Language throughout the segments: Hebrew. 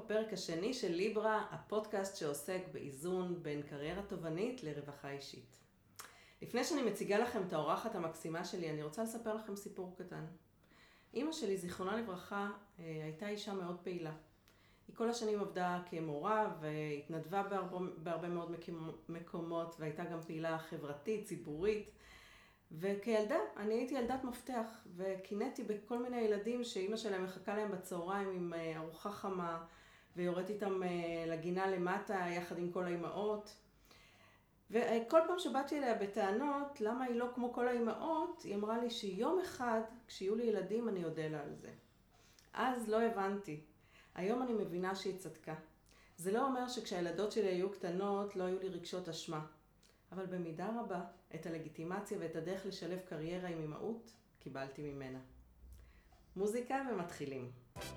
בפרק השני של ליברה, הפודקאסט שעוסק באיזון בין קריירה תובענית לרווחה אישית. לפני שאני מציגה לכם את האורחת המקסימה שלי, אני רוצה לספר לכם סיפור קטן. אמא שלי, זיכרונה לברכה, הייתה אישה מאוד פעילה. היא כל השנים עבדה כמורה והתנדבה בהרבה מאוד מקומות, והייתה גם פעילה חברתית, ציבורית. וכילדה, אני הייתי ילדת מפתח, וקינאתי בכל מיני ילדים שאימא שלהם מחכה להם בצהריים עם ארוחה חמה, ויורדת איתם לגינה למטה יחד עם כל האימהות. וכל פעם שבאתי אליה בטענות, למה היא לא כמו כל האימהות, היא אמרה לי שיום אחד, כשיהיו לי ילדים, אני אודה לה על זה. אז לא הבנתי. היום אני מבינה שהיא צדקה. זה לא אומר שכשהילדות שלי היו קטנות, לא היו לי רגשות אשמה. אבל במידה רבה, את הלגיטימציה ואת הדרך לשלב קריירה עם אימהות, קיבלתי ממנה. מוזיקה ומתחילים.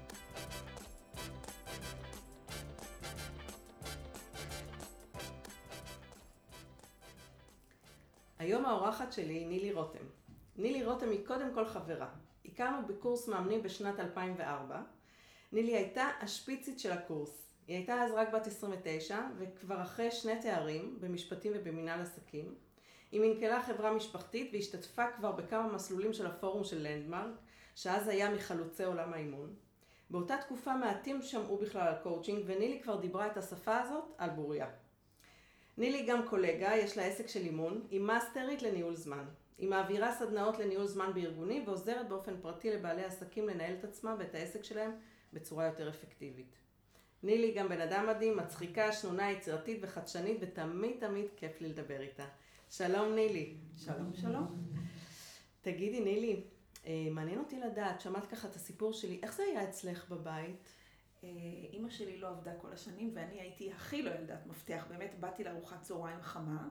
היום האורחת שלי היא נילי רותם. נילי רותם היא קודם כל חברה. הכרנו בקורס מאמנים בשנת 2004. נילי הייתה השפיצית של הקורס. היא הייתה אז רק בת 29, וכבר אחרי 2 תארים במשפטים ובמנהל עסקים. היא מנכלה חברה משפחתית והשתתפה כבר בכמה מסלולים של הפורום של לנדמרק, שאז היה מחלוצי עולם האימון. באותה תקופה מעטים שמעו בכלל על קואוצ'ינג, ונילי כבר דיברה את השפה הזאת על בוריה. נילי גם קולגה, יש לה עסק של אימון, היא מאסטרית לניהול זמן. היא מעבירה סדנאות לניהול זמן בארגונים, ועוזרת באופן פרטי לבעלי עסקים לנהל את עצמם ואת העסק שלהם בצורה יותר אפקטיבית. נילי גם בן אדם מדהים, מצחיקה, שנונה, יצירתית וחדשנית, ותמיד כיף לי לדבר איתה. שלום נילי. שלום. תגידי נילי, מעניין אותי לדעת, שמעת ככה את הסיפור שלי, איך זה היה אצלך בבית? אמא שלי לא עבדה כל השנים, ואני הייתי הכי לא ילדת מפתח. באמת באתי לארוחת צהריים חמה,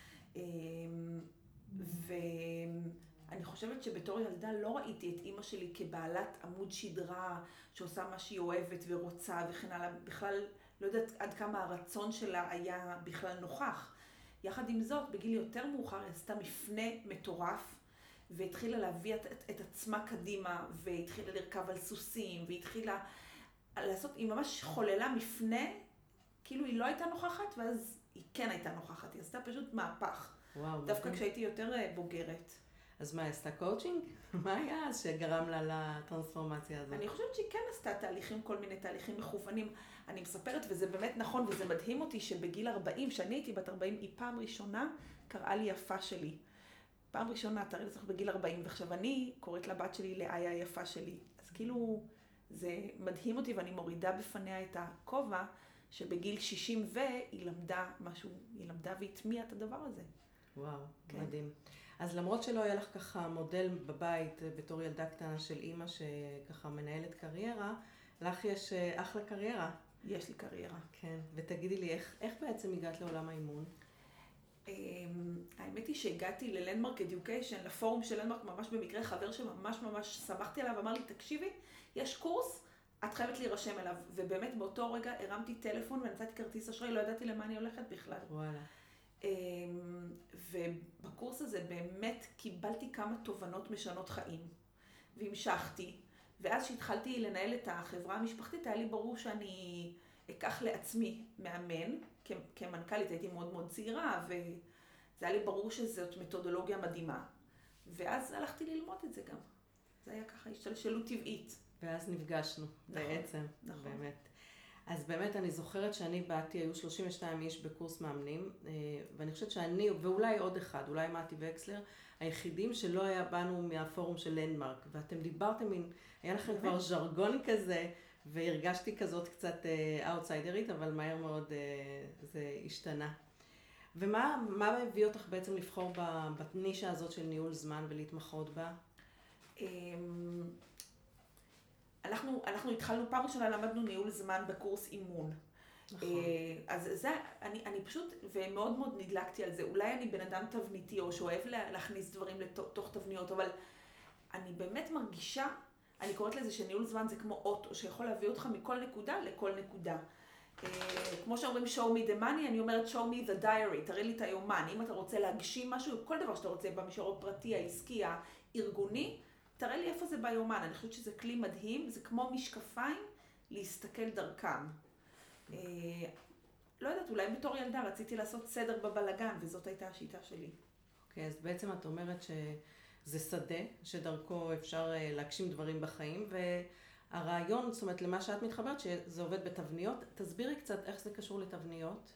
ואני חושבת שבתור ילדה לא ראיתי את אמא שלי כבעלת עמוד שדרה, שעושה מה שהיא אוהבת ורוצה וכן הלאה. בכלל לא יודעת עד כמה הרצון שלה היה בכלל נוכח. יחד עם זאת, בגיל יותר מאוחר היא עשתה מפנה מטורף, והתחילה להביא את עצמה קדימה, והתחילה לרכב על סוסים, והתחילה לעשות, היא ממש חוללה מפנה, כאילו היא לא הייתה נוכחת, ואז היא כן הייתה נוכחת. היא עשתה פשוט מהפך. וואו. דווקא כשהייתי יותר בוגרת. אז מה, עשתה קואוצ'ינג? מה היה אז שגרם לה לטרנספורמציה הזאת? אני חושבת שהיא כן עשתה כל מיני תהליכים מכוונים. אני מספרת, וזה באמת נכון, וזה מדהים אותי שבגיל 40, שאני הייתי בת 40, היא פעם ראשונה קראה לי יפה שלי. פעם ראשונה, תראי לצורך בגיל 40, ועכשיו אני קוראת לבת שלי לאיה היפה שלי. אז כאילו, זה מדהים אותי, ואני מורידה בפניה את הכובע, שבגיל 60 היא למדה משהו, היא למדה והטמיעה את הדבר הזה. וואו, כן. מדהים. אז למרות שלא היה לך ככה מודל בבית בתור ילדה קטנה של אימא שככה מנהלת קריירה, לך יש אחלה קריירה. יש לי קריירה. כן, ותגידי לי, איך בעצם הגעת לעולם האימון? האמת היא שהגעתי ללנדמרק אדיוקיישן, לפורום של לנדמרק, ממש במקרה חבר שממש שמחתי עליו, אמר לי, תקשיבי, יש קורס, את חייבת להירשם אליו. ובאמת באותו רגע הרמתי טלפון ונצאתי כרטיס אשראי, לא ידעתי למה אני הולכת בכלל. וואלה. ובקורס הזה באמת קיבלתי כמה תובנות משנות חיים, והמשכתי, ואז שהתחלתי לנהל את החברה המשפחתית, היה לי ברור שאני אקח לעצמי מאמן, כמנכ"לית הייתי מאוד מאוד צעירה, וזה היה לי ברור שזאת מתודולוגיה מדהימה, ואז הלכתי ללמוד את זה גם. זה היה ככה השתלשלות טבעית. ואז נפגשנו, נכון, בעצם, נכון. באמת. אז באמת אני זוכרת שאני באתי, היו 32 איש בקורס מאמנים, ואני חושבת שאני, ואולי עוד אחד, אולי מתי וקסלר, היחידים שלא היה באנו מהפורום של לנדמרק, ואתם דיברתם, היה לכם כבר ז'רגון כזה, והרגשתי כזאת קצת אאוטסיידרית, אבל מהר מאוד זה השתנה. ומה הביא אותך בעצם לבחור בנישה הזאת של ניהול זמן ולהתמחות בה? אנחנו התחלנו, פעם ראשונה למדנו ניהול זמן בקורס אימון. נכון. אז זה, אני פשוט, ומאוד מאוד נדלקתי על זה. אולי אני בן אדם תבניתי, או שאוהב להכניס דברים לתוך תבניות, אבל אני באמת מרגישה, אני קוראת לזה שניהול זמן זה כמו אוטו, שיכול להביא אותך מכל נקודה לכל נקודה. כמו שאומרים show me the money, אני אומרת show me the diary, תראה לי את היומן. אם אתה רוצה להגשים משהו, כל דבר שאתה רוצה במישור הפרטי, העסקי, הארגוני, תראה לי איפה זה ביומן. אני חושבת שזה כלי מדהים, זה כמו משקפיים להסתכל דרכם. לא יודעת, אולי בתור ילדה רציתי לעשות סדר בבלגן, וזאת הייתה השיטה שלי. אוקיי, אז בעצם את אומרת שזה שדה, שדרכו אפשר להגשים דברים בחיים, והרעיון, זאת אומרת, למה שאת מתחברת, שזה עובד בתבניות. תסבירי קצת איך זה קשור לתבניות.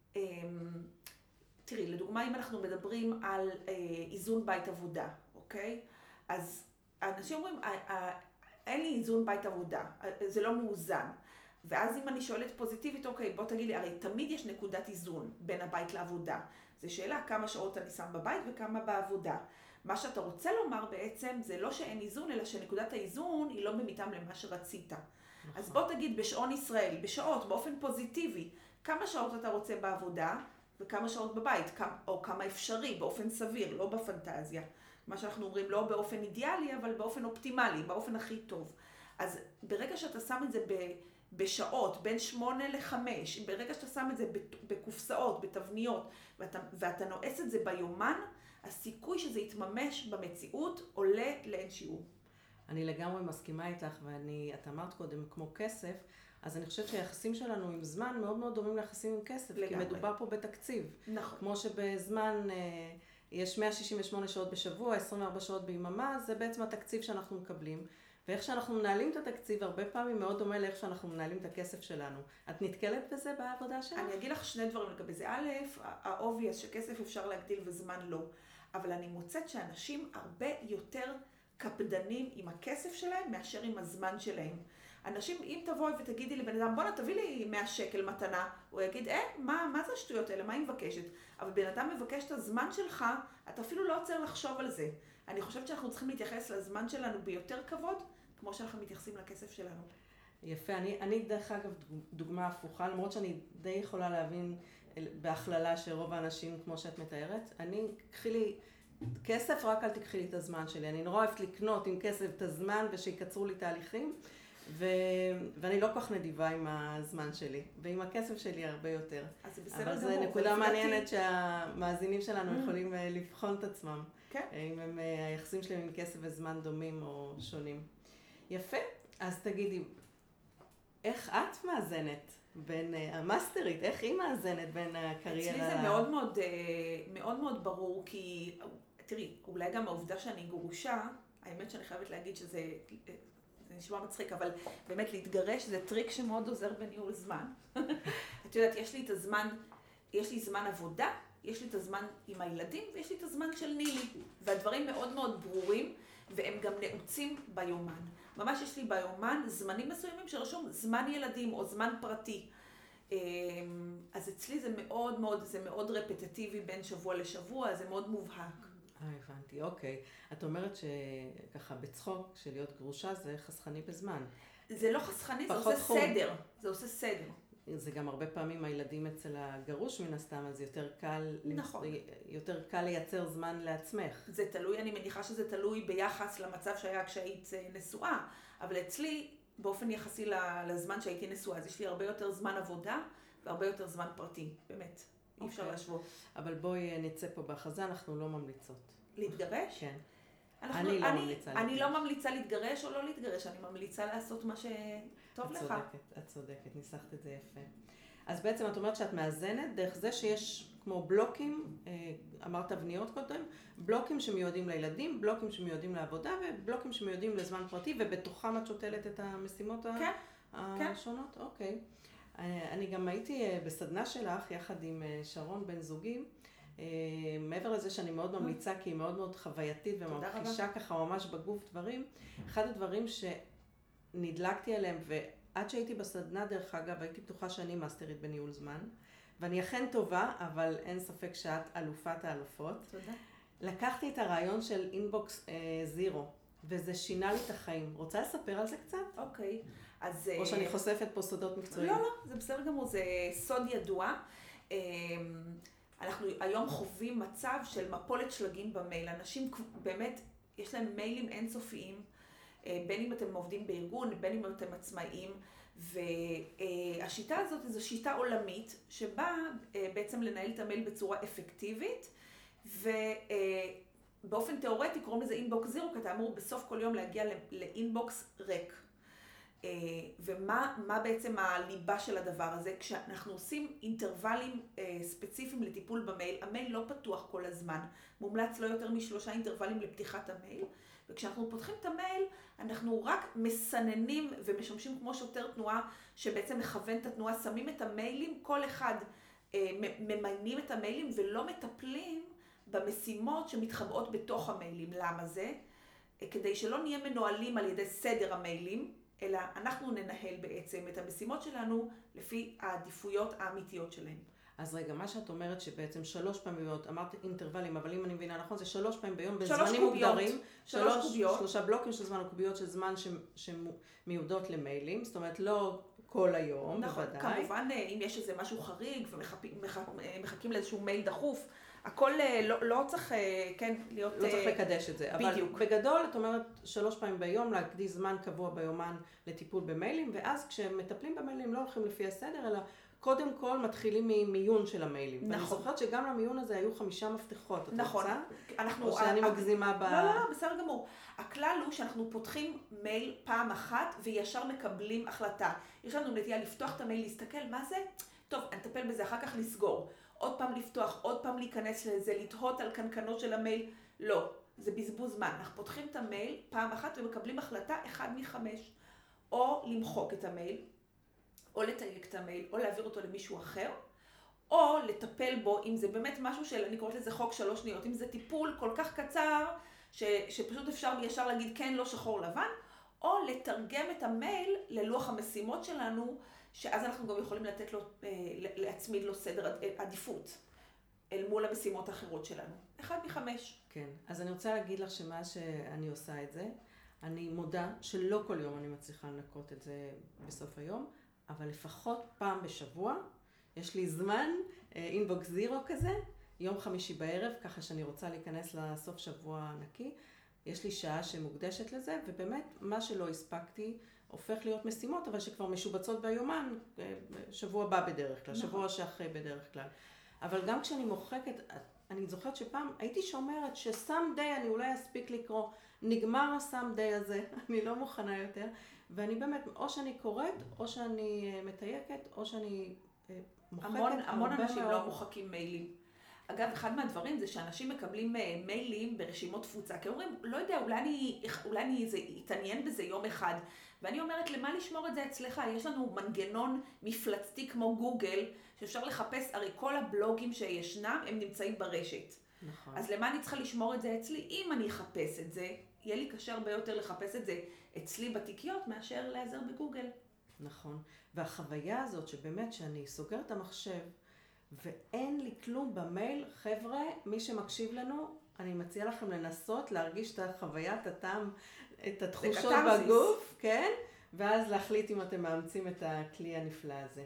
תראי, לדוגמה, אם אנחנו מדברים על איזון בית עבודה, אוקיי? אז אנשים אומרים, אין לי איזון בית עבודה, זה לא מאוזן. ואז אם אני שואלת פוזיטיבית, אוקיי, בוא תגיד לי, הרי תמיד יש נקודת איזון בין הבית לעבודה. זו שאלה כמה שעות אני שם בבית וכמה בעבודה. מה שאתה רוצה לומר בעצם, זה לא שאין איזון, אלא שנקודת האיזון היא לא במתאם למה שרצית. אז בוא תגיד בשעון ישראל, בשעות, באופן פוזיטיבי, כמה שעות אתה רוצה בעבודה וכמה שעות בבית, או כמה אפשרי, באופן סביר, לא בפנטזיה. מה שאנחנו אומרים, לא באופן אידיאלי, אבל באופן אופטימלי, באופן הכי טוב. אז ברגע שאתה שם את זה בשעות, בין 8 ל-5, ברגע שאתה שם את זה בקופסאות, בתבניות, ואתה נועס את זה ביומן, הסיכוי שזה יתממש במציאות עולה לאין שיעור. אני לגמרי מסכימה איתך, את אמרת קודם כמו כסף, אז אני חושבת שהיחסים שלנו עם זמן מאוד מאוד דומים ליחסים עם כסף, לגמרי. כי מדובר פה בתקציב. נכון. כמו שבזמן יש 168 שעות בשבוע, 24 שעות ביממה, זה בעצם התקציב שאנחנו מקבלים. ואיך שאנחנו מנהלים את התקציב, הרבה פעמים מאוד דומה לאיך שאנחנו מנהלים את הכסף שלנו. את נתקלת בזה בעבודה שלך? אני אגיד לך שני דברים לגבי זה. א', האובייס שכסף אפשר להגדיל וזמן לא. אבל אני מוצאת שאנשים הרבה יותר קפדנים עם הכסף שלהם מאשר עם הזמן שלהם. אנשים, אם תבואי ותגידי לבן אדם, בוא תביא לי 100 שקל מתנה, הוא יגיד, מה זה השטויות האלה? מה היא מבקשת? אבל בן אדם מבקש את הזמן שלך, אתה אפילו לא עוצר לחשוב על זה. אני חושבת שאנחנו צריכים להתייחס לזמן שלנו ביותר כבוד, כמו שאנחנו מתייחסים לכסף שלנו. יפה, אני דרך אגב דוגמה הפוכה, למרות שאני די יכולה להבין בהכללה שרוב האנשים, כמו שאת מתארת, קחי לי כסף, רק אל תקחי לי את הזמן שלי. אני נורא אוהבת לקנות עם כסף את הזמן ושיקצרו לי תהליכים, ואני לא כל כך נדיבה עם הזמן שלי, ועם הכסף שלי הרבה יותר. אז זה בסדר אבל גמור. זו נקודה מעניינת שהמאזינים שלנו יכולים לבחון את עצמם. כן. אם היחסים שלהם עם כסף וזמן דומים או שונים. יפה, אז תגידי, איך את מאזנת בין המאסטרית, איך היא מאזנת בין הקריירה? אצלי זה מאוד מאוד ברור, כי תראי, אולי גם העובדה שאני גרושה, האמת שאני חייבת להגיד שזה נשמע מצחיק, אבל באמת להתגרש זה טריק שמאוד עוזר בניהול זמן. את יודעת, יש לי זמן עבודה, יש לי את הזמן עם הילדים, ויש לי את הזמן של נילי. והדברים מאוד מאוד ברורים, והם גם נעוצים ביומן. ממש יש לי ביומן זמנים מסוימים שרשום זמן ילדים או זמן פרטי. אז אצלי זה מאוד רפטטיבי בין שבוע לשבוע, זה מאוד מובהק. הבנתי, אוקיי. את אומרת שככה בצחוק, שלהיות גרושה זה חסכני בזמן. זה לא חסכני, זה עושה סדר. זה עושה סדר. זה גם הרבה פעמים הילדים אצל הגרוש מן הסתם, אז נכון. יותר קל לייצר זמן לעצמך. זה תלוי, אני מניחה שזה תלוי ביחס למצב שהיה כשהיית נשואה, אבל אצלי, באופן יחסי לזמן שהייתי נשואה, אז יש לי הרבה יותר זמן עבודה והרבה יותר זמן פרטי, באמת. אי אפשר להשוות. אבל בואי נצא פה בהכרזה, אנחנו לא ממליצות. להתגרש? כן. אני לא ממליצה להתגרש או לא להתגרש, אני ממליצה לעשות מה שטוב לך. את צודקת, ניסחת את זה יפה. אז בעצם את אומרת שאת מאזנת דרך זה שיש כמו בלוקים, אמרת תבניות קודם, בלוקים שמיועדים לילדים, בלוקים שמיועדים לעבודה ובלוקים שמיועדים לזמן פרטי, ובתוכם את שותלת את המשימות השונות? אוקיי. אני גם הייתי בסדנה שלך יחד עם שרון בן זוגי, מעבר לזה שאני מאוד ממליצה, כי היא מאוד מאוד חווייתית וממחישה ככה ממש בגוף דברים. אחד הדברים שנדלקתי עליהם, ועד שהייתי בסדנה דרך אגב, הייתי בטוחה שאני מאסטרית בניהול זמן, ואני אכן טובה, אבל אין ספק שאת אלופת האלופות. תודה. לקחתי את הרעיון של אינבוקס זירו, וזה שינה לי את החיים. רוצה לספר על זה קצת? אוקיי. אז או שאני חושפת פה סודות מקצועיים. לא, זה בסדר גמור, זה סוד ידוע. אנחנו היום חווים מצב של מפולת שלגים במייל. אנשים באמת, יש להם מיילים אינסופיים, בין אם אתם עובדים בארגון, בין אם אתם עצמאיים, והשיטה הזאת זו שיטה עולמית, שבה בעצם לנהל את המייל בצורה אפקטיבית, ובאופן תיאורטי קוראים לזה אינבוקס זירו, כי אתה אמור בסוף כל יום להגיע לאינבוקס ריק. ומה בעצם הליבה של הדבר הזה? כשאנחנו עושים אינטרוולים ספציפיים לטיפול במייל, המייל לא פתוח כל הזמן. מומלץ לא יותר מ3 אינטרוולים לפתיחת המייל. וכשאנחנו פותחים את המייל, אנחנו רק מסננים ומשמשים כמו שוטר תנועה שבעצם מכוון את התנועה, שמים את המיילים, כל אחד ממיינים את המיילים ולא מטפלים במשימות שמתחבאות בתוך המיילים. למה זה? כדי שלא נהיה מנוהלים על ידי סדר המיילים, אלא אנחנו ננהל בעצם את המשימות שלנו לפי העדיפויות האמיתיות שלהם. אז רגע, מה שאת אומרת שבעצם 3 פעמים ביום, אמרת אינטרוולים, אבל אם אני מבינה נכון, זה 3 פעמים ביום בזמנים מוגדרים. 3 בלוקים של זמן או קוביות של זמן שמיועדות למיילים, זאת אומרת לא כל היום, נכון, בוודאי. כמובן אם יש איזה משהו חריג ומחכים לאיזשהו מייל דחוף, הכל לא צריך, כן, להיות... לא צריך לקדש את זה. בדיוק. אבל בגדול, את אומרת 3 פעמים ביום, להקדיש זמן קבוע ביומן לטיפול במיילים, ואז כשמטפלים במיילים לא הולכים לפי הסדר, אלא קודם כל מתחילים ממיון של המיילים. נכון. ואני זוכרת שגם למיון הזה היו 5 מפתחות. נכון. או שאני מגזימה ב... לא, בסדר גמור. הכלל הוא שאנחנו פותחים מייל פעם אחת וישר מקבלים החלטה. יש לנו נטייה לפתוח את המייל, להסתכל, מה זה? טוב, אני אטפל בזה, אחר כך נסגור. עוד פעם לפתוח, עוד פעם להיכנס לזה, לתהות על קנקנות של המייל. לא, זה בזבוז זמן. אנחנו פותחים את המייל פעם אחת ומקבלים החלטה 1 מ-5. או למחוק את המייל, או לתייק את המייל, או להעביר אותו למישהו אחר, או לטפל בו, אם זה באמת משהו של, אני קוראת לזה חוק 3 שניות, אם זה טיפול כל כך קצר, שפשוט אפשר ישר להגיד כן, לא שחור לבן, או לתרגם את המייל ללוח המשימות שלנו, שאז אנחנו גם יכולים לתת לו, להצמיד לו סדר עדיפות, אל מול המשימות האחרות שלנו. 1 מ-5. כן, אז אני רוצה להגיד לך שמה שאני עושה את זה, אני מודה שלא כל יום אני מצליחה לנקות את זה בסוף היום, אבל לפחות פעם בשבוע, יש לי זמן, אינבוקס זירו כזה, יום חמישי בערב, ככה שאני רוצה להיכנס לסוף שבוע נקי, יש לי שעה שמוקדשת לזה, ובאמת מה שלא הספקתי הופך להיות משימות, אבל שכבר משובצות ביומן, שבוע הבא בדרך כלל, שבוע שאחרי בדרך כלל. אבל גם כשאני מוחקת, אני זוכרת שפעם הייתי שומרת שסאמדיי אני אולי אספיק לקרוא, נגמר הסאמדיי הזה, אני לא מוכנה יותר, ואני באמת, או שאני קוראת, או שאני מתייקת, או שאני מוחקת. המון אנשים לא מוחקים מיילים. אגב, אחד מהדברים זה שאנשים מקבלים מיילים ברשימות תפוצה, כי אומרים, לא יודע, אולי אני אתעניין בזה יום אחד, ואני אומרת, למה לשמור את זה אצלך? יש לנו מנגנון מפלצתי כמו גוגל, שאפשר לחפש, הרי כל הבלוגים שישנם, הם נמצאים ברשת. נכון. אז למה אני צריכה לשמור את זה אצלי? אם אני אחפש את זה, יהיה לי קשה הרבה יותר לחפש את זה אצלי בתיקיות, מאשר להיעזר בגוגל. נכון. והחוויה הזאת שבאמת שאני סוגר את המחשב, ואין לי כלום במייל, חבר'ה, מי שמקשיב לנו, אני מציעה לכם לנסות להרגיש את החוויית הטעם, את התחושות בגוף, כן? ואז להחליט אם אתם מאמצים את הכלי הנפלא הזה.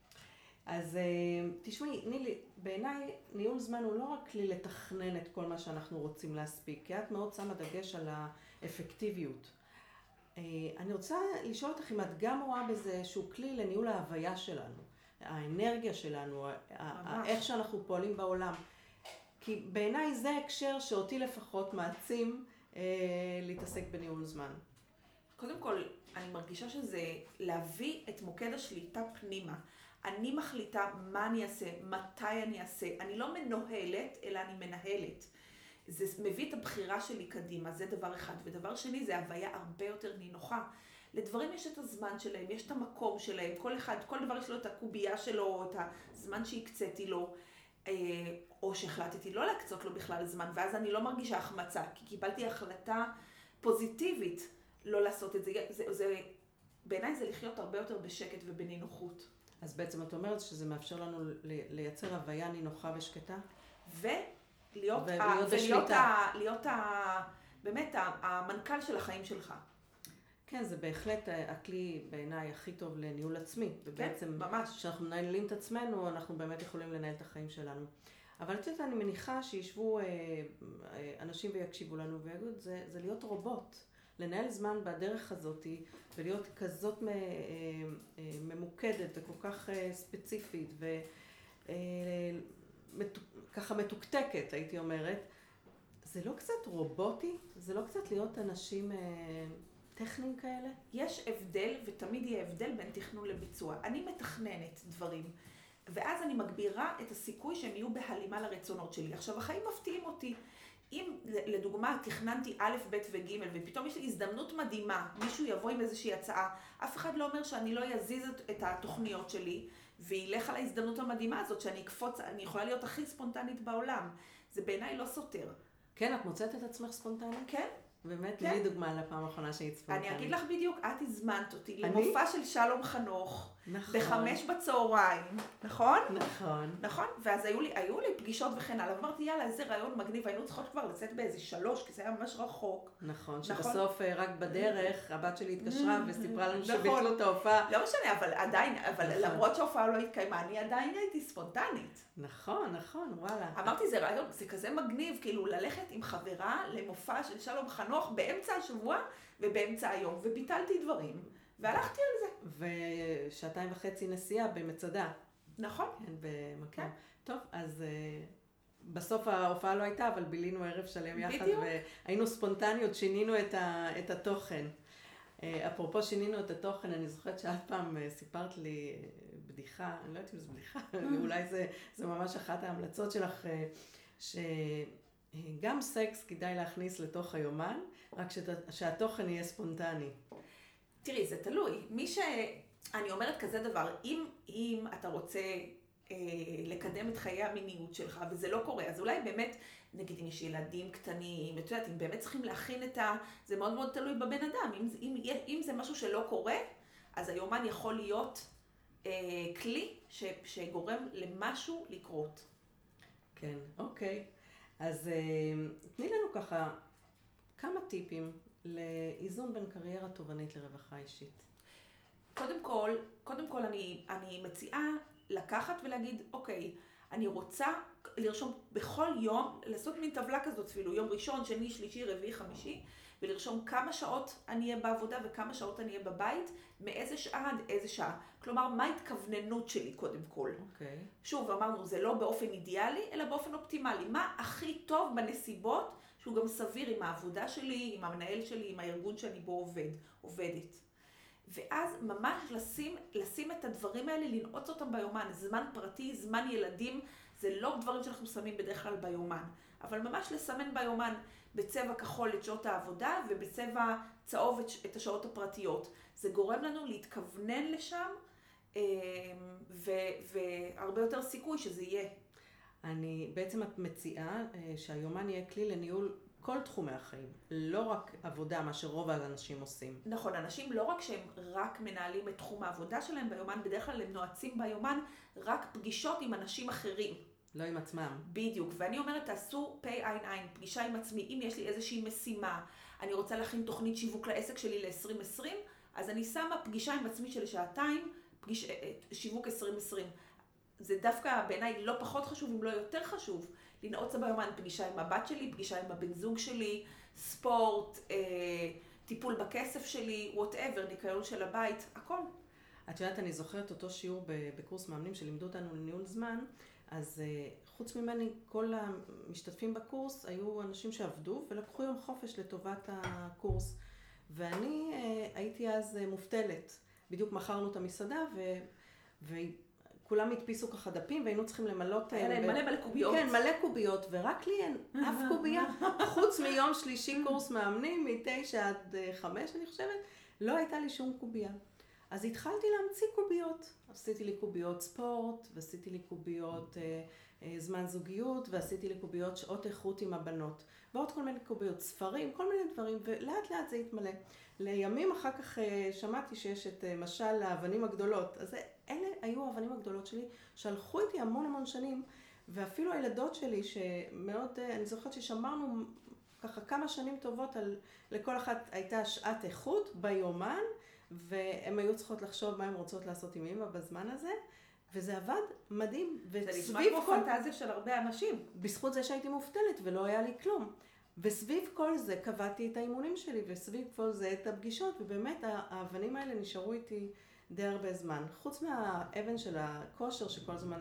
אז תשמעי, נילי, בעיניי ניהול זמן הוא לא רק כלי לתכנן את כל מה שאנחנו רוצים להספיק, כי את מאוד שמה דגש על האפקטיביות. אני רוצה לשאול אותך אם את גם רואה בזה שהוא כלי לניהול ההוויה שלנו, האנרגיה שלנו, איך שאנחנו פועלים בעולם. כי בעיניי זה הקשר שאותי לפחות מעצים להתעסק בניהול זמן. קודם כל, אני מרגישה שזה להביא את מוקד השליטה פנימה. אני מחליטה מה אני אעשה, מתי אני אעשה. אני לא מנוהלת, אלא אני מנהלת. זה מביא את הבחירה שלי קדימה, זה דבר אחד. ודבר שני, זה הוויה הרבה יותר נינוחה. לדברים יש את הזמן שלהם, יש את המקום שלהם, כל דבר יש לו את הקובייה שלו, את הזמן שהקציתי לו, או שהחלטתי לא להקצות לו בכלל זמן, ואז אני לא מרגישה החמצה, כי קיבלתי החלטה פוזיטיבית לא לעשות את זה. בעיניי זה לחיות הרבה יותר בשקט ובנינוחות. אז בעצם את אומרת שזה מאפשר לנו לייצר הוויה נינוחה ושקטה? ולהיות באמת המנכ"ל של החיים שלך. כן, זה בהחלט הכלי בעיניי הכי טוב לניהול עצמי. כן, ממש. כשאנחנו מנהלים את עצמנו, אנחנו באמת יכולים לנהל את החיים שלנו. אבל אני מניחה שישבו אנשים ויקשיבו לנו ויגידו, זה להיות רובוט. לנהל זמן בדרך הזאת ולהיות כזאת ממוקדת וכל כך ספציפית וככה מתוקתקת, הייתי אומרת. זה לא קצת רובוטי? זה לא קצת להיות אנשים טכניים כאלה? יש הבדל, ותמיד יהיה הבדל בין תכנון לביצוע. אני מתכננת דברים, ואז אני מגבירה את הסיכוי שהם יהיו בהלימה לרצונות שלי. עכשיו, החיים מפתיעים אותי. אם לדוגמה תכננתי א', ב' וג' ופתאום יש לי הזדמנות מדהימה, מישהו יבוא עם איזושהי הצעה, אף אחד לא אומר שאני לא יזיז את התוכניות שלי, וילך על ההזדמנות המדהימה הזאת, שאני אקפוץ, אני יכולה להיות הכי ספונטנית בעולם. זה בעיניי לא סותר. כן, את מוצאת את עצמך ספונטנית? כן. באמת, כן. תני לי דוגמה לפעם האחרונה שהיית ספונטנית. אני אגיד לך בדיוק, את הזמנת אותי למופע של שלום חנוך, נכון. ב5 בצהריים, נכון? נכון. נכון? ואז היו לי פגישות וכן הלאה, ואמרתי, יאללה, איזה רעיון מגניב, היינו צריכות כבר לצאת באיזה 3, כי זה היה ממש רחוק. נכון, שבסוף רק בדרך, הבת שלי התקשרה וסיפרה לנו שביטלו את ההופעה. לא משנה, אבל עדיין, למרות שההופעה לא התקיימה, אני עדיין הייתי ספונטנית. נכון, וואלה. אמרתי, זה רעיון, זה כזה מגניב, כאילו ללכת עם חברה למופע של שלום חנוך באמצע השבוע ובאמצע היום, וביטלתי דברים, והלכתי על זה. ושעתיים וחצי נסיעה במצדה. נכון. כן, במקום. טוב, אז בסוף ההופעה לא הייתה, אבל בילינו ערב שלם יחד, והיינו ספונטניות, שינינו את התוכן. אפרופו שינינו את התוכן, אני זוכרת שאת פעם סיפרת לי בדיחה, אני לא יודעת אם זו בדיחה, אולי זה ממש אחת ההמלצות שלך, שגם סקס כדאי להכניס לתוך היומן, רק שהתוכן יהיה ספונטני. תראי, זה תלוי. אני אומרת כזה דבר, אם אתה רוצה לקדם את חיי המיניות שלך, וזה לא קורה, אז אולי באמת, נגיד אם יש ילדים קטנים, את יודעת, אם באמת צריכים להכין זה מאוד מאוד תלוי בבן אדם. אם זה משהו שלא קורה, אז היומן יכול להיות כלי שגורם למשהו לקרות. כן, אוקיי. אז תני לנו ככה כמה טיפים לאיזון בין קריירה תובענית לרווחה אישית. קודם כל אני מציעה לקחת ולהגיד, אוקיי, אני רוצה לרשום בכל יום, לעשות מין טבלה כזאת אפילו, יום ראשון, שני, שלישי, רביעי, חמישי, ולרשום כמה שעות אני אהיה בעבודה וכמה שעות אני אהיה בבית, מאיזה שעה עד איזה שעה. כלומר, מה ההתכווננות שלי קודם כל? אוקיי. שוב, אמרנו, זה לא באופן אידיאלי, אלא באופן אופטימלי. מה הכי טוב בנסיבות, שהוא גם סביר עם העבודה שלי, עם המנהל שלי, עם הארגון שאני בו עובדת. ואז ממש לשים את הדברים האלה, לנעוץ אותם ביומן. זמן פרטי, זמן ילדים, זה לא דברים שאנחנו שמים בדרך כלל ביומן. אבל ממש לסמן ביומן בצבע כחול את שעות העבודה, ובצבע צהוב את השעות הפרטיות. זה גורם לנו להתכוונן לשם, והרבה יותר סיכוי שזה יהיה. בעצם את מציעה שהיומן יהיה כלי לניהול כל תחומי החיים, לא רק עבודה, מה שרוב האנשים עושים. נכון, אנשים לא רק שהם רק מנהלים את תחום העבודה שלהם ביומן, בדרך כלל הם נועצים ביומן רק פגישות עם אנשים אחרים. לא עם עצמם. בדיוק, ואני אומרת, תעשו עין, פגישה עם עצמי. אם יש לי איזושהי משימה, אני רוצה להכין תוכנית שיווק לעסק שלי ל-2020, אז אני שמה פגישה עם עצמי של שעתיים, שיווק 2020. זה דווקא בעיניי לא פחות חשוב, אם לא יותר חשוב, לנעוץ ביומן פגישה עם הבת שלי, פגישה עם הבן זוג שלי, ספורט, טיפול בכסף שלי, whatever, ניקיון של הבית, הכל. את יודעת, אני זוכרת אותו שיעור בקורס מאמנים שלימדו אותנו לניהול זמן, אז חוץ ממני, כל המשתתפים בקורס היו אנשים שעבדו ולקחו יום חופש לטובת הקורס. ואני הייתי אז מופתלת. בדיוק מכרנו את המסעדה וכולם הדפיסו ככה דפים והיינו צריכים למלות... מלא קוביות. כן, מלא קוביות, ורק לי אין אף קובייה. חוץ מיום שלישי קורס מאמנים, מ9 עד 5 אני חושבת, לא הייתה לי שום קובייה. אז התחלתי להמציא קוביות. עשיתי לי קוביות ספורט, ועשיתי לי קוביות זמן זוגיות, ועשיתי לי קוביות שעות איכות עם הבנות. ועוד כל מיני קוביות ספרים, כל מיני דברים, ולאט לאט זה התמלא. לימים אחר כך שמעתי שיש את משל האבנים הגדולות. אז אלה היו האבנים הגדולות שלי, שהלכו איתי המון שנים, ואפילו הילדות שלי שמאוד, אני זוכרת ששמרנו ככה כמה שנים טובות לכל אחת הייתה שעת איכות ביומן, והן היו צריכות לחשוב מה הן רוצות לעשות עם אמא בזמן הזה, וזה עבד מדהים. זה נשמע כמו פנטזיה של הרבה אנשים. בזכות זה שהייתי מופתלת ולא היה לי כלום. וסביב כל זה קבעתי את האימונים שלי, וסביב כל זה את הפגישות, ובאמת האבנים האלה נשארו איתי די הרבה זמן. חוץ מהאבן של הכושר שכל הזמן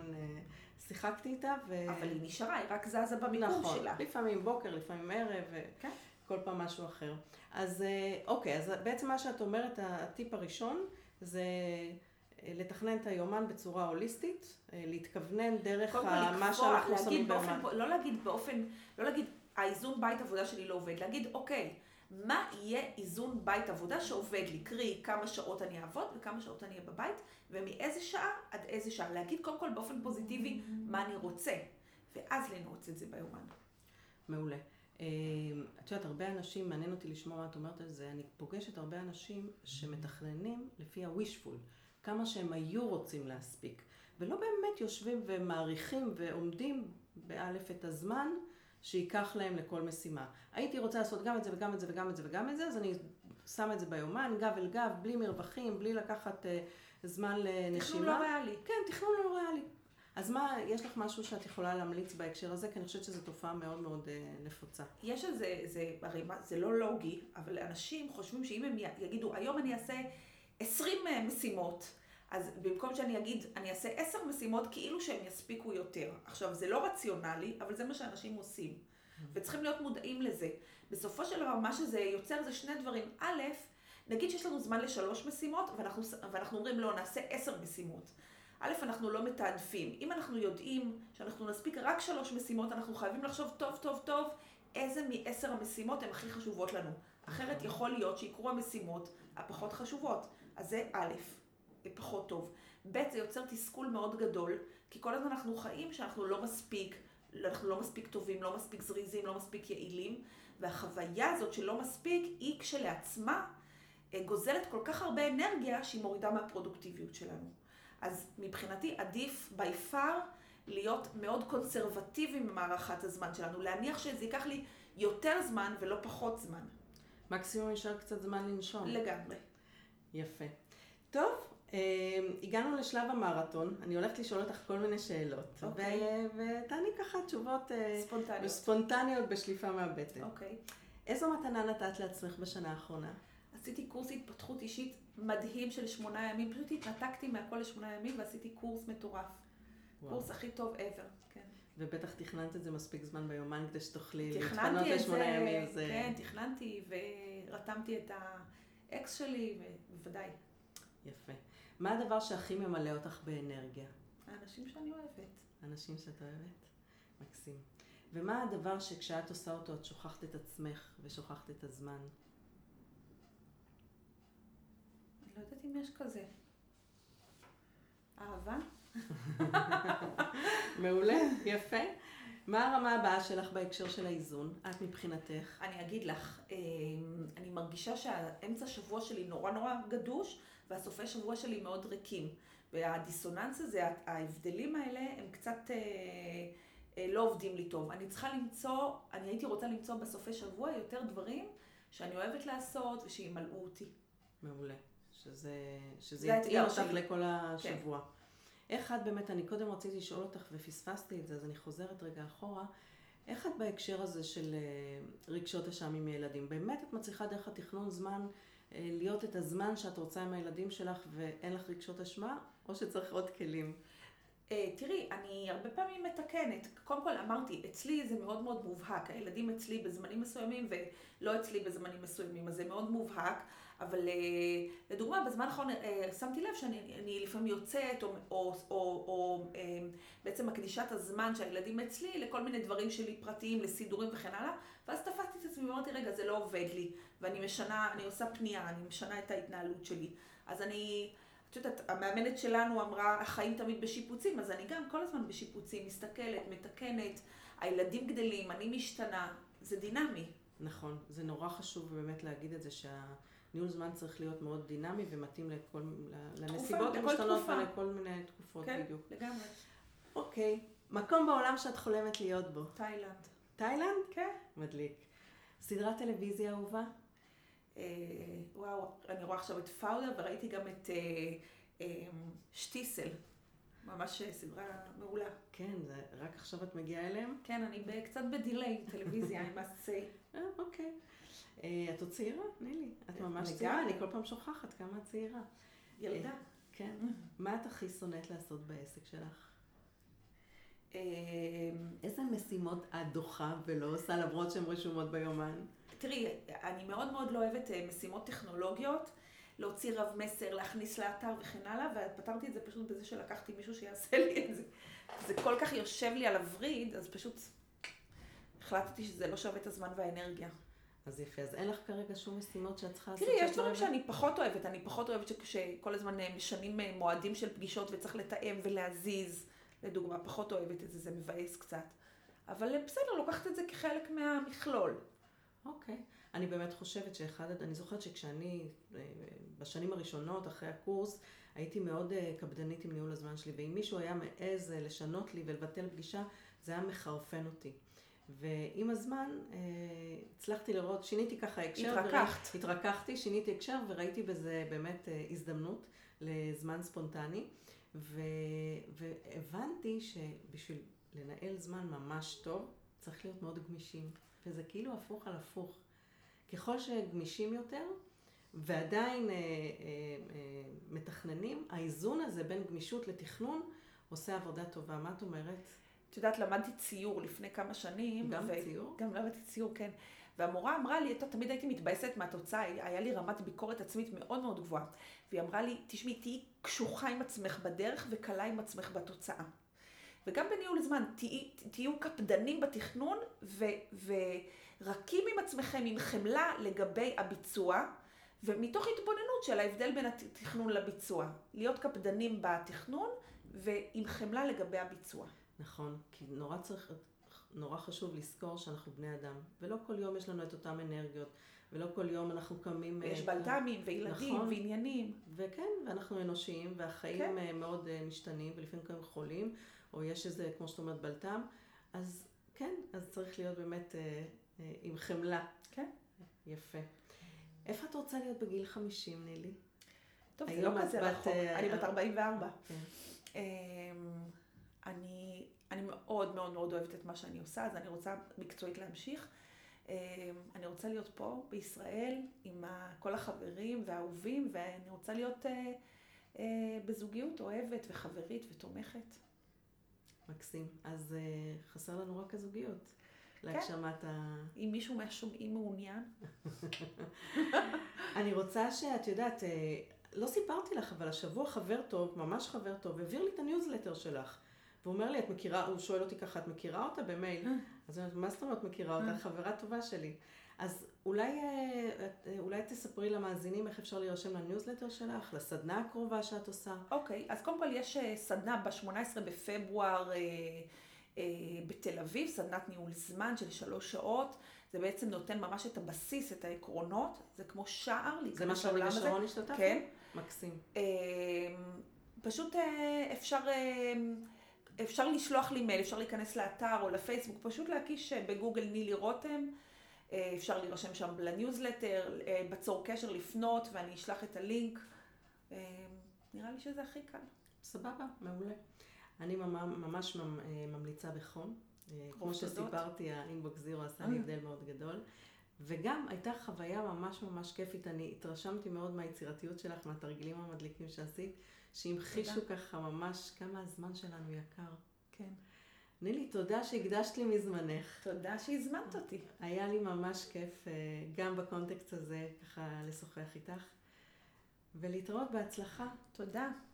שיחקתי איתה. אבל היא נשארה, היא רק זזה במיקום נכון, שלה. לפעמים בוקר, לפעמים ערב. כן. כל פעם משהו אחר. אז אוקיי, אז בעצם מה שאת אומרת, הטיפ הראשון זה לתכנן את היומן בצורה הוליסטית, להתכוונן דרך מה שאנחנו שמים ביומן. לא להגיד, האיזון בית עבודה שלי לא עובד, להגיד, אוקיי, מה יהיה איזון בית עבודה שעובד לי? קרי, כמה שעות אני אעבוד וכמה שעות אני אהיה בבית, ומאיזה שעה עד איזה שעה. להגיד קודם כל באופן פוזיטיבי מה אני רוצה, ואז לנעוץ את זה ביומן. מעולה. את יודעת, הרבה אנשים, מעניין אותי לשמוע מה את אומרת על זה, אני פוגשת הרבה אנשים שמתכננים לפי ה-wishful, כמה שהם היו רוצים להספיק, ולא באמת יושבים ומעריכים ועומדים באלף את הזמן שיקח להם לכל משימה. הייתי רוצה לעשות גם את זה וגם את זה וגם את זה וגם את זה, אז אני שם את זה ביומן, גב אל גב, בלי מרווחים, בלי לקחת זמן לנשימה. תכנון לא ריאלי. כן, תכנון לא ריאלי. אז מה, יש לך משהו שאת יכולה להמליץ בהקשר הזה? כי אני חושבת שזו תופעה מאוד מאוד נפוצה. יש על זה, הרי זה לא לוגי, אבל אנשים חושבים שאם הם יגידו, היום אני אעשה 20 משימות, אז במקום שאני אגיד, אני אעשה 10 משימות, כאילו שהם יספיקו יותר. עכשיו, זה לא רציונלי, אבל זה מה שאנשים עושים. וצריכים להיות מודעים לזה. בסופו של דבר, מה שזה יוצר זה שני דברים. א', נגיד שיש לנו זמן ל3 משימות, ואנחנו אומרים, לא, נעשה 10 משימות. א', אנחנו לא מתעדפים. אם אנחנו יודעים שאנחנו נספיק רק 3 משימות, אנחנו חייבים לחשוב טוב, טוב, טוב, איזה מ10 המשימות הן הכי חשובות לנו. אחרת יכול להיות שיקרו המשימות הפחות חשובות. אז זה א', פחות טוב. ב', זה יוצר תסכול מאוד גדול, כי כל הזמן אנחנו חיים שאנחנו לא מספיק טובים, לא מספיק זריזים, לא מספיק יעילים, והחוויה הזאת שלא מספיק היא כשלעצמה גוזלת כל כך הרבה אנרגיה שהיא מורידה מהפרודוקטיביות שלנו. אז מבחינתי עדיף by far להיות מאוד קונסרבטיביים במערכת הזמן שלנו, להניח שזה ייקח לי יותר זמן ולא פחות זמן. מקסימום נשאר קצת זמן לנשום. לגמרי. יפה. טוב, הגענו לשלב המרתון, אני הולכת לשאול אותך כל מיני שאלות, ותעני ככה תשובות ספונטניות בשליפה מהבטן. איזו מתנה נתת לעצמך בשנה האחרונה? עשיתי קורס התפתחות אישית מדהים של 8 ימים, פשוט התנתקתי מהכל ל8 ימים ועשיתי קורס מטורף. קורס הכי טוב ever, כן. ובטח תכננת את זה מספיק זמן ביומן כדי שתוכלי להתפנות ל8 ימים. כן, תכננתי ורתמתי את האקס שלי, בוודאי. יפה. מה הדבר שהכי ממלא אותך באנרגיה? האנשים שאני אוהבת. האנשים שאת אוהבת? מקסים. ומה הדבר שכשאת עושה אותו את שוכחת את עצמך ושוכחת את הזמן? אני לא יודעת אם יש כזה. אהבה? מעולה, יפה. מה הרמה הבאה שלך בהקשר של האיזון? את מבחינתך? אני אגיד לך, אני מרגישה שהאמצע שבוע שלי נורא נורא גדוש, והסופי שבוע שלי מאוד ריקים. והדיסוננס הזה, ההבדלים האלה, הם קצת לא עובדים לי טוב. אני הייתי רוצה למצוא בסופי שבוע יותר דברים שאני אוהבת לעשות ושימלאו אותי. מעולה. שזה יתאים אותך לכל השבוע. איך את באמת, אני קודם רציתי לשאול אותך ופספסתי את זה, אז אני חוזרת רגע אחורה. איך את בהקשר הזה של רגשות אשם עם ילדים? באמת את מצליחה דרך התכנון זמן להיות את הזמן שאת רוצה עם הילדים שלך ואין לך רגשות אשמה, או שצריך עוד כלים? תראי, אני הרבה פעמים מתקנת. קודם כל אמרתי, אצלי זה מאוד מאוד מובהק. הילדים אצלי בזמנים מסוימים ולא אצלי בזמנים מסוימים, אז זה מאוד מובהק. אבל לדוגמה, בזמן האחרון שמתי לב שאני לפעמים יוצאת או בעצם מקדישה את הזמן שהילדים אצלי לכל מיני דברים שלי פרטיים, לסידורים וכן הלאה, ואז תפסתי את עצמי ואמרתי, רגע, זה לא עובד לי, ואני עושה פנייה, אני משנה את ההתנהלות שלי. אז את יודעת, המאמנת שלנו אמרה, החיים תמיד בשיפוצים, אז אני גם כל הזמן בשיפוצים, מסתכלת, מתקנת, הילדים גדלים, אני משתנה, זה דינמי. נכון, זה נורא חשוב באמת להגיד את זה ניהול זמן צריך להיות מאוד דינמי ומתאים לנסיבות המשתנות ולכל מיני תקופות בדיוק. כן, לגמרי. אוקיי. מקום בעולם שאת חולמת להיות בו? תאילנד. תאילנד? כן. מדליק. סדרת טלוויזיה אהובה? וואו, אני רואה עכשיו את פאודה וראיתי גם את שטיסל. ממש סדרה מעולה. כן, רק עכשיו את מגיעה אליהם? כן, אני קצת בדיליי טלוויזיה, I must say. אוקיי. את עוד צעירה, נילי? את ממש צעירה, אני כל פעם שוכחת כמה את צעירה. ילדה. כן. מה את הכי שונאת לעשות בעסק שלך? איזה משימות את דוחה ולא עושה למרות שהן רשומות ביומן? תראי, אני מאוד מאוד לא אוהבת משימות טכנולוגיות, להוציא רב מסר, להכניס לאתר וכן הלאה, ופתרתי את זה פשוט בזה שלקחתי מישהו שיעשה לי את זה. זה כל כך יושב לי על הווריד, אז פשוט החלטתי שזה לא שווה את הזמן והאנרגיה. אז יפה, אז אין לך כרגע שום משימות שאת צריכה לעשות? תראי, יש דברים שאני פחות אוהבת. אני פחות אוהבת שכל הזמן משנים מועדים של פגישות וצריך לתאם ולהזיז. לדוגמה, פחות אוהבת את זה, זה מבאס קצת. אבל בסדר, לוקחת את זה כחלק מהמכלול. אוקיי. אני באמת חושבת אני זוכרת שכשאני, בשנים הראשונות, אחרי הקורס, הייתי מאוד קפדנית עם ניהול הזמן שלי, ואם מישהו היה מעז לשנות לי ולבטל פגישה, זה היה מחרפן אותי. ועם הזמן הצלחתי לראות, שיניתי ככה הקשר. התרככתי, שיניתי הקשר וראיתי בזה באמת הזדמנות לזמן ספונטני. והבנתי שבשביל לנהל זמן ממש טוב, צריך להיות מאוד גמישים. וזה כאילו הפוך על הפוך. ככל שגמישים יותר, ועדיין מתכננים, האיזון הזה בין גמישות לתכנון עושה עבודה טובה. מה את אומרת? את יודעת, למדתי ציור לפני כמה שנים. גם ציור? גם למדתי ציור, כן. והמורה אמרה לי, תמיד הייתי מתבאסת מהתוצאה, היה לי רמת ביקורת עצמית מאוד מאוד גבוהה. והיא אמרה לי, תשמעי, תהיי קשוחה עם עצמך בדרך וקלה עם עצמך בתוצאה. וגם בניהול זמן, תהיו קפדנים בתכנון ורקים עם עצמכם, עם חמלה לגבי הביצוע, ומתוך התבוננות של ההבדל בין התכנון לביצוע. להיות קפדנים בתכנון ועם חמלה לגבי הביצוע. נכון, כי נורא חשוב לזכור שאנחנו בני אדם, ולא כל יום יש לנו את אותם אנרגיות, ולא כל יום אנחנו קמים... ויש בלת"מים וילדים, נכון, ועניינים. וכן, ואנחנו אנושיים, והחיים כן. מאוד משתנים, ולפעמים קמים חולים, או יש איזה, כמו שאת אומרת, בלת"ם, אז כן, אז צריך להיות באמת עם חמלה. כן. יפה. איפה את רוצה להיות בגיל 50, נילי? טוב, זה לא כזה רחוק. אני בת 44. כן. אני מאוד מאוד מאוד אוהבת את מה שאני עושה, אז אני רוצה מקצועית להמשיך. אני רוצה להיות פה בישראל עם כל החברים והאהובים, ואני רוצה להיות בזוגיות אוהבת וחברית ותומכת. מקסים. אז חסר לנו רק הזוגיות. להגשמת אם מישהו מהשומעים מעוניין. אני רוצה שאת יודעת, לא סיפרתי לך, אבל השבוע חבר טוב, ממש חבר טוב, העביר לי את הניוזלטר שלך. והוא אומר לי, הוא שואל אותי ככה, את מכירה אותה במייל? אז אני אומרת, מה זאת אומרת מכירה אותה? חברה טובה שלי. אז אולי תספרי למאזינים איך אפשר להירשם לניוזלטר שלך, לסדנה הקרובה שאת עושה. אוקיי, אז קודם כל יש סדנה ב-18 בפברואר בתל אביב, סדנת ניהול זמן של 3 שעות. זה בעצם נותן ממש את הבסיס, את העקרונות. זה כמו שער. זה מה שאני ושרון השתתף? כן. מקסים. פשוט אפשר לשלוח לי מייל, אפשר להיכנס לאתר או לפייסבוק, פשוט להקיש בגוגל נילי רותם, אפשר להירשם שם לניוזלטר, בצור קשר לפנות ואני אשלח את הלינק. נראה לי שזה הכי קל. סבבה, מעולה. אני ממש ממליצה בחום. כמו שסיפרתי, האינבוקס זירו עשה לי הבדל מאוד גדול. וגם הייתה חוויה ממש ממש כיפית. אני התרשמתי מאוד מהיצירתיות שלך, מהתרגילים המדליקים שעשית, שהמחישו ככה ממש כמה הזמן שלנו יקר. כן. נילי, תודה שהקדשת לי מזמנך. תודה שהזמנת אותי. היה לי ממש כיף גם בקונטקסט הזה ככה לשוחח איתך. ולהתראות בהצלחה. תודה.